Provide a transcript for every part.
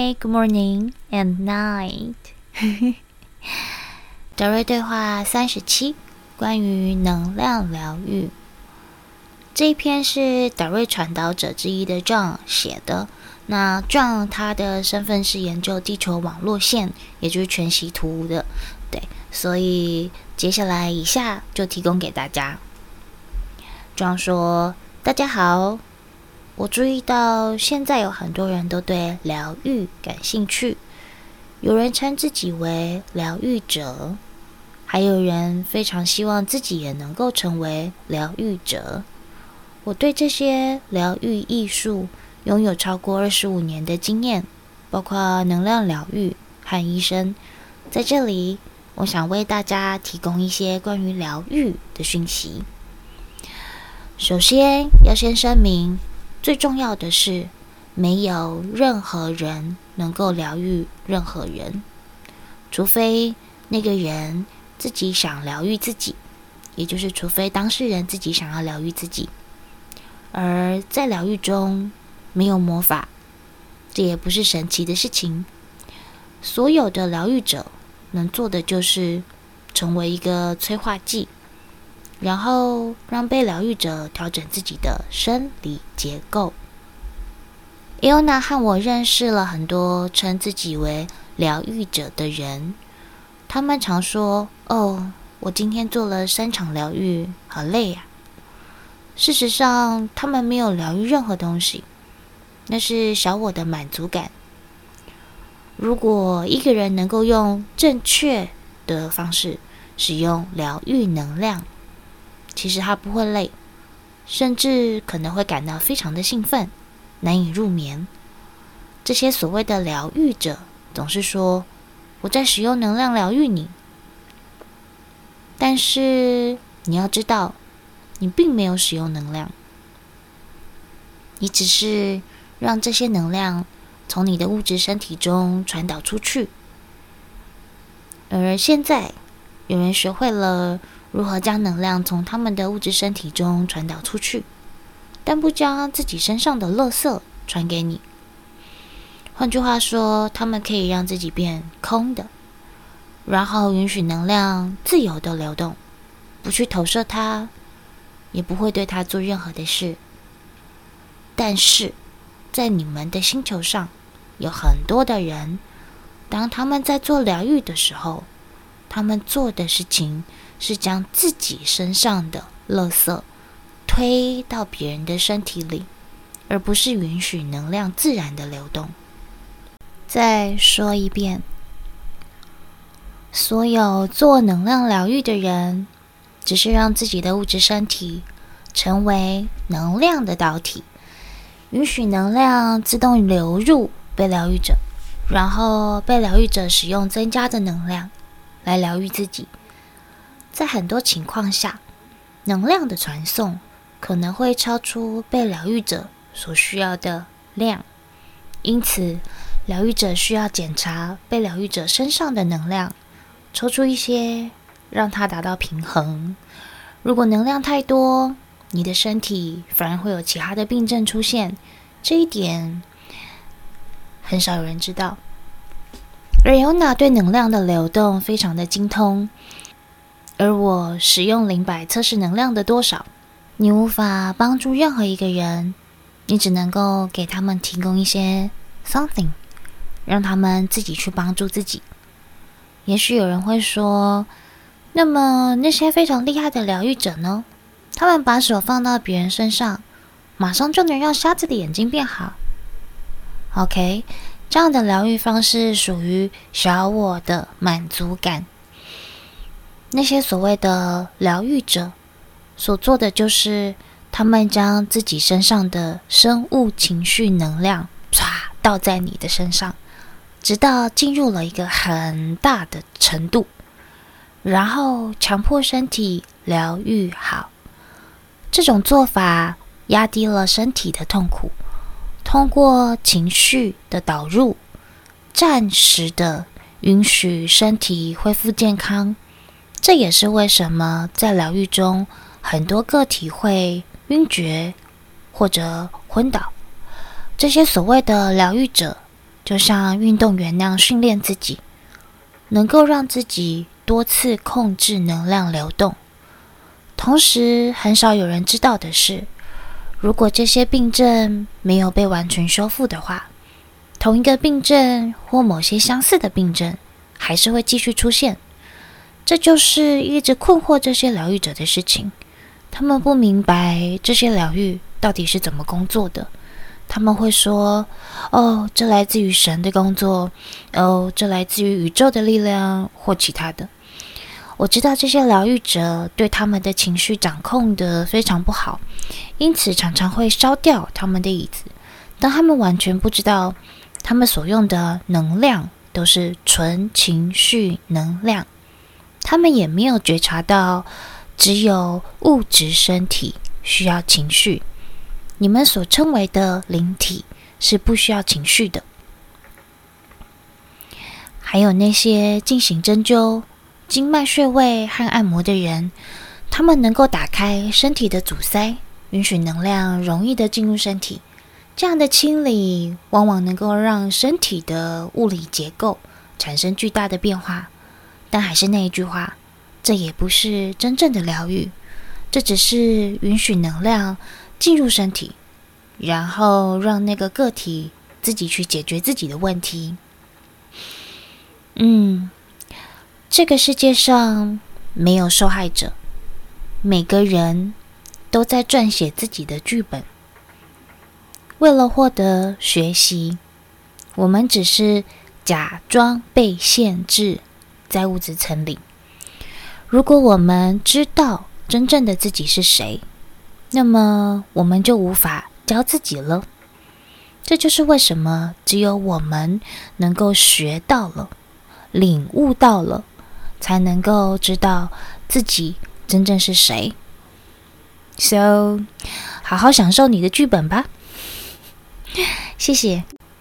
Hi, good morning and night 德瑞对话37，关于能量疗愈。这一篇是德瑞传导者之一的 John 写的。那 John 他的身份是研究地球网络线，也就是全息图的。对，所以接下来以下就提供给大家。John 说：大家好，我注意到现在有很多人都对疗愈感兴趣，有人称自己为疗愈者，还有人非常希望自己也能够成为疗愈者。我对这些疗愈艺术拥有超过25年的经验，包括能量疗愈和医生。在这里，我想为大家提供一些关于疗愈的讯息。首先，要先声明，最重要的是，没有任何人能够疗愈任何人，除非那个人自己想疗愈自己，也就是除非当事人自己想要疗愈自己。而在疗愈中，没有魔法，这也不是神奇的事情。所有的疗愈者能做的就是成为一个催化剂，然后让被疗愈者调整自己的生理结构。伊欧娜和我认识了很多称自己为疗愈者的人，他们常说：哦，我今天做了3场疗愈，好累呀。事实上，他们没有疗愈任何东西，那是小我的满足感。如果一个人能够用正确的方式使用疗愈能量，其实他不会累，甚至可能会感到非常的兴奋，难以入眠。这些所谓的疗愈者总是说：我在使用能量疗愈你。但是你要知道，你并没有使用能量，你只是让这些能量从你的物质身体中传导出去。而现在，有人学会了如何将能量从他们的物质身体中传导出去，但不将自己身上的垃圾传给你。换句话说，他们可以让自己变空的，然后允许能量自由的流动，不去投射它，也不会对它做任何的事。但是在你们的星球上，有很多的人，当他们在做疗愈的时候，他们做的事情是将自己身上的垃圾推到别人的身体里，而不是允许能量自然的流动。再说一遍，所有做能量疗愈的人，只是让自己的物质身体成为能量的导体，允许能量自动流入被疗愈者，然后被疗愈者使用增加的能量来疗愈自己。在很多情况下，能量的传送可能会超出被疗愈者所需要的量，因此疗愈者需要检查被疗愈者身上的能量，抽出一些让它达到平衡。如果能量太多，你的身体反而会有其他的病症出现，这一点很少有人知道。而尤娜对能量的流动非常的精通，而我使用0-100测试能量的多少。你无法帮助任何一个人，你只能够给他们提供一些 something， 让他们自己去帮助自己。也许有人会说，那么那些非常厉害的疗愈者呢？他们把手放到别人身上，马上就能让瞎子的眼睛变好。OK， 这样的疗愈方式属于小我的满足感。那些所谓的疗愈者所做的就是，他们将自己身上的生物情绪能量倒在你的身上，直到进入了一个很大的程度，然后强迫身体疗愈好。这种做法压低了身体的痛苦，通过情绪的导入，暂时的允许身体恢复健康。这也是为什么在疗愈中，很多个体会晕厥或者昏倒。这些所谓的疗愈者就像运动员那样训练自己，能够让自己多次控制能量流动。同时，很少有人知道的是，如果这些病症没有被完全修复的话，同一个病症或某些相似的病症还是会继续出现。这就是一直困惑这些疗愈者的事情。他们不明白这些疗愈到底是怎么工作的。他们会说，这来自于神的工作，这来自于宇宙的力量或其他的。我知道这些疗愈者对他们的情绪掌控得非常不好，因此常常会烧掉他们的椅子。但他们完全不知道，他们所用的能量都是纯情绪能量。他们也没有觉察到，只有物质身体需要情绪。你们所称为的灵体是不需要情绪的。还有那些进行针灸、经脉穴位和按摩的人，他们能够打开身体的阻塞，允许能量容易的进入身体。这样的清理往往能够让身体的物理结构产生巨大的变化。但还是那一句话，这也不是真正的疗愈，这只是允许能量进入身体，然后让那个个体自己去解决自己的问题。这个世界上没有受害者，每个人都在撰写自己的剧本。为了获得学习，我们只是假装被限制在物质层里。如果我们知道真正的自己是谁，那么我们就无法教自己了。这就是为什么只有我们能够学到了、领悟到了，才能够知道自己真正是谁。So， 好好享受你的剧本吧。谢谢。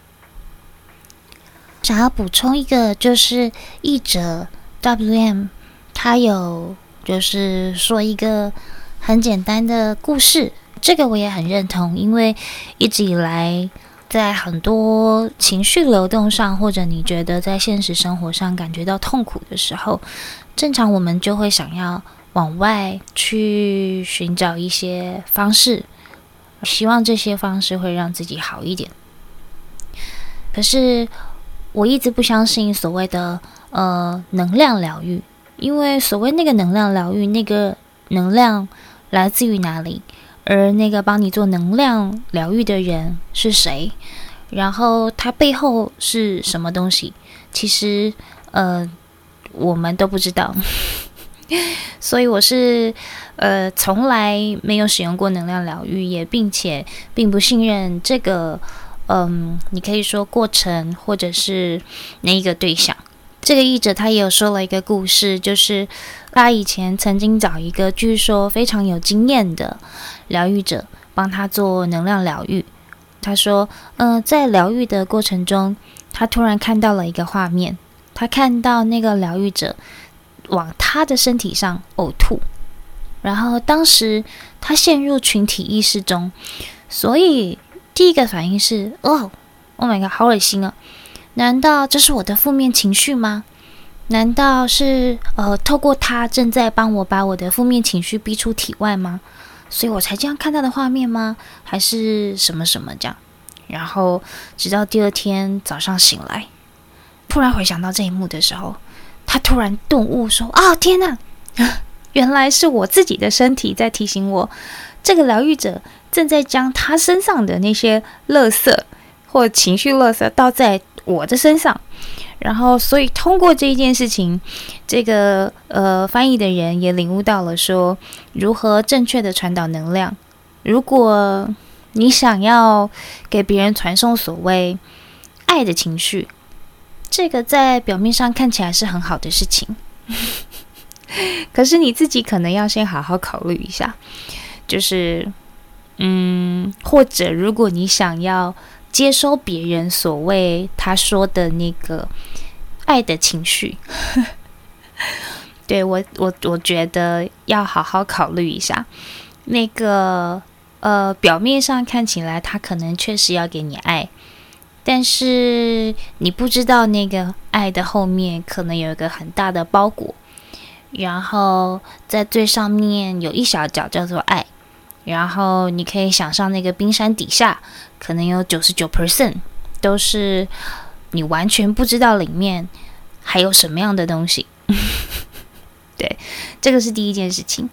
想要补充一个，就是译者 WM， 他有就是说一个很简单的故事，这个我也很认同，因为一直以来在很多情绪流动上，或者你觉得在现实生活上感觉到痛苦的时候，正常我们就会想要往外去寻找一些方式，希望这些方式会让自己好一点。可是我一直不相信所谓的能量疗愈，因为所谓那个能量疗愈，那个能量来自于哪里？而那个帮你做能量疗愈的人是谁？然后他背后是什么东西？其实我们都不知道。所以我是从来没有使用过能量疗愈，也并且并不信任这个你可以说过程或者是那一个对象。这个译者他也有说了一个故事，就是他以前曾经找一个据说非常有经验的疗愈者帮他做能量疗愈。他说在疗愈的过程中，他突然看到了一个画面，他看到那个疗愈者往他的身体上呕吐，然后当时他陷入群体意识中，所以第一个反应是Oh my god， 好恶心啊！难道这是我的负面情绪吗？难道是透过他正在帮我把我的负面情绪逼出体外吗？所以我才这样看到的画面吗？还是什么什么这样？然后直到第二天早上醒来，突然回想到这一幕的时候，他突然顿悟说天哪，原来是我自己的身体在提醒我，这个疗愈者正在将他身上的那些垃圾或情绪垃圾倒在我的身上。然后所以通过这一件事情，这个翻译的人也领悟到了说如何正确的传导能量。如果你想要给别人传送所谓爱的情绪，这个在表面上看起来是很好的事情，可是你自己可能要先好好考虑一下，就是或者如果你想要接收别人所谓他说的那个爱的情绪，对我觉得要好好考虑一下。那个表面上看起来他可能确实要给你爱， 但是你不知道那个爱的后面可能有一个很大的包裹，然后在最上面有一小角叫做爱，然后你可以想象那个冰山底下可能有 99% 都是你完全不知道里面还有什么样的东西。对，这个是第一件事情，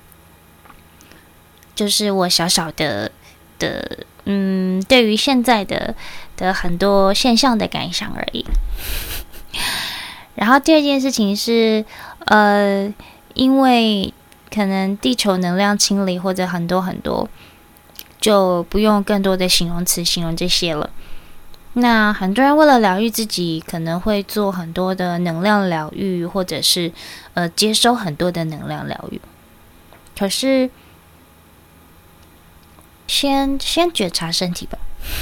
就是我小小的对于现在的很多现象的感想而已。然后第二件事情是，因为可能地球能量清理或者很多，就不用更多的形容词形容这些了。那很多人为了疗愈自己，可能会做很多的能量疗愈，或者是接收很多的能量疗愈。可是先觉察身体吧。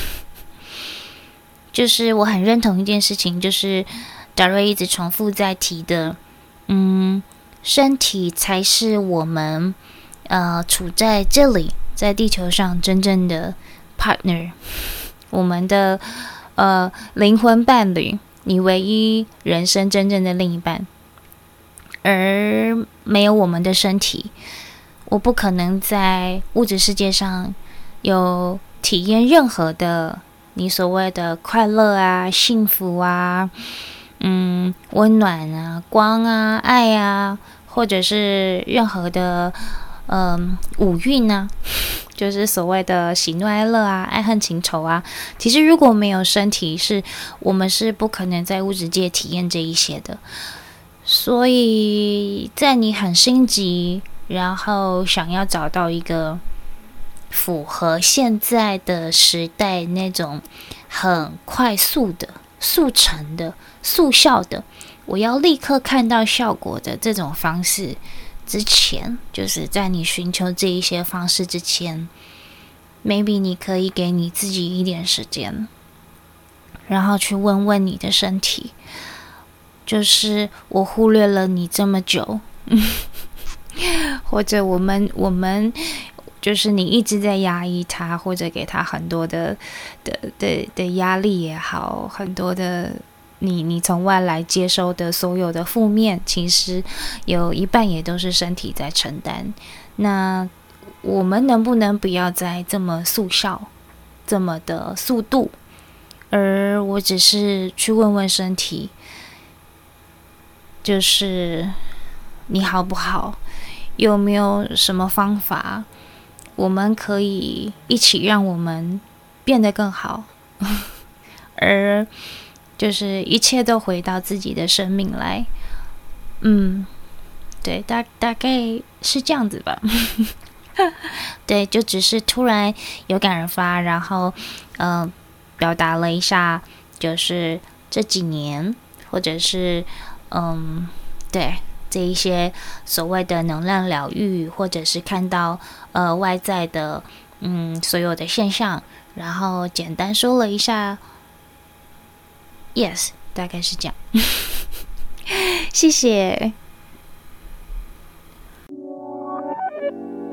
就是我很认同一件事情，就是达瑞一直重复在提的，身体才是我们处在这里，在地球上真正的 partner， 我们的灵魂伴侣，你唯一人生真正的另一半。而没有我们的身体，我不可能在物质世界上有体验任何的你所谓的快乐啊、幸福啊、温暖啊、光啊、爱啊，或者是任何的五蕴啊，就是所谓的喜怒哀乐啊、爱恨情仇啊。其实如果没有身体，我们是不可能在物质界体验这一些的。所以在你很心急，然后想要找到一个符合现在的时代那种很快速的、速成的、速效的，我要立刻看到效果的这种方式之前，就是在你寻求这一些方式之前 maybe 你可以给你自己一点时间，然后去问问你的身体，就是我忽略了你这么久或者我们就是你一直在压抑他，或者给他很多的压力也好，很多的你从外来接收的所有的负面，其实有一半也都是身体在承担。那我们能不能不要再这么速效，这么的速度，而我只是去问问身体，就是你好不好，有没有什么方法我们可以一起让我们变得更好而就是一切都回到自己的生命来。对，大概是这样子吧对，就只是突然有感而发，然后表达了一下，就是这几年或者是对这一些所谓的能量疗愈，或者是看到外在的所有的现象，然后简单说了一下 yes， 大概是这样谢谢。